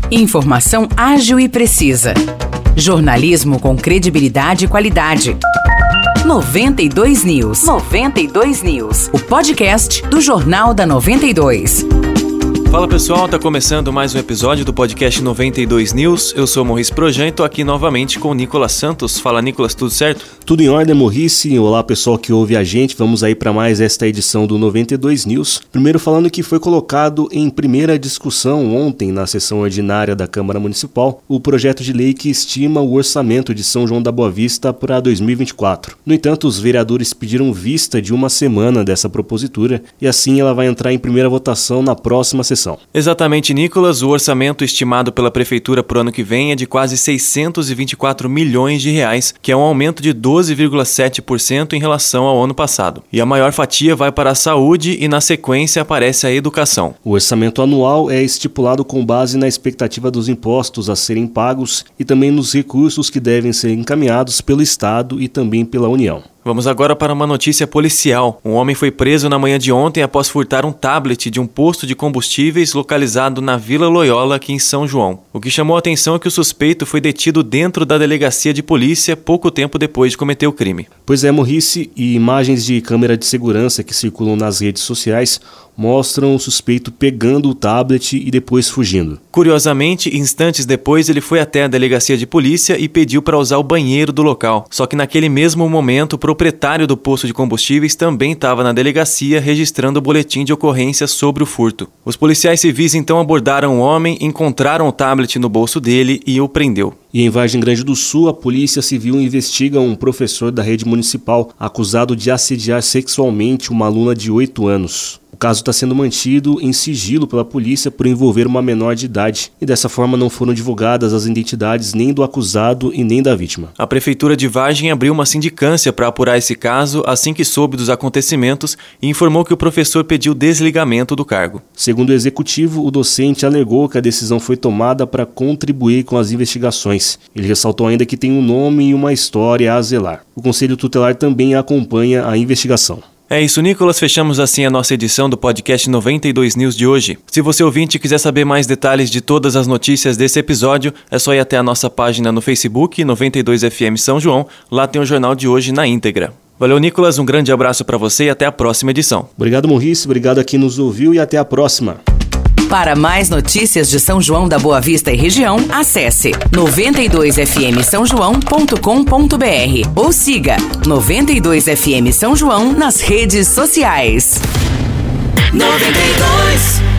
Informação ágil e precisa. Jornalismo com credibilidade e qualidade. 92 News. 92 News. O podcast do Jornal da 92. Fala pessoal, tá começando mais um episódio do podcast 92 News. Eu sou Morris Projan e tô aqui novamente com o Nicolas Santos. Fala Nicolas, tudo certo? Tudo em ordem, Morris. Olá pessoal que ouve a gente, vamos aí para mais esta edição do 92 News. Primeiro falando que foi colocado em primeira discussão ontem na sessão ordinária da Câmara Municipal o projeto de lei que estima o orçamento de São João da Boa Vista para 2024. No entanto, os vereadores pediram vista de uma semana dessa propositura e assim ela vai entrar em primeira votação na próxima sessão. Exatamente, Nicolas. O orçamento estimado pela Prefeitura para o ano que vem é de quase 624 milhões de reais, que é um aumento de 12,7% em relação ao ano passado. E a maior fatia vai para a saúde e, na sequência, aparece a educação. O orçamento anual é estipulado com base na expectativa dos impostos a serem pagos e também nos recursos que devem ser encaminhados pelo Estado e também pela União. Vamos agora para uma notícia policial. Um homem foi preso na manhã de ontem após furtar um tablet de um posto de combustíveis localizado na Vila Loyola, aqui em São João. O que chamou a atenção é que o suspeito foi detido dentro da delegacia de polícia pouco tempo depois de cometer o crime. Pois é, Morrice, e imagens de câmera de segurança que circulam nas redes sociais mostram o suspeito pegando o tablet e depois fugindo. Curiosamente, instantes depois ele foi até a delegacia de polícia e pediu para usar o banheiro do local. Só que naquele mesmo momento o proprietário do posto de combustíveis também estava na delegacia registrando o boletim de ocorrência sobre o furto. Os policiais civis então abordaram o homem, encontraram o tablet no bolso dele e o prendeu. E em Vargem Grande do Sul, a Polícia Civil investiga um professor da rede municipal acusado de assediar sexualmente uma aluna de 8 anos. O caso está sendo mantido em sigilo pela polícia por envolver uma menor de idade e dessa forma não foram divulgadas as identidades nem do acusado e nem da vítima. A Prefeitura de Vargem abriu uma sindicância para apurar esse caso assim que soube dos acontecimentos e informou que o professor pediu desligamento do cargo. Segundo o executivo, o docente alegou que a decisão foi tomada para contribuir com as investigações. Ele ressaltou ainda que tem um nome e uma história a zelar. O Conselho Tutelar também acompanha a investigação. É isso, Nicolas. Fechamos assim a nossa edição do podcast 92 News de hoje. Se você ouvinte quiser saber mais detalhes de todas as notícias desse episódio, é só ir até a nossa página no Facebook, 92FM São João. Lá tem o jornal de hoje na íntegra. Valeu, Nicolas. Um grande abraço para você e até a próxima edição. Obrigado, Morris. Obrigado a quem nos ouviu e até a próxima. Para mais notícias de São João da Boa Vista e região, acesse 92fmsaojão.com.br ou siga 92FM São João nas redes sociais. 92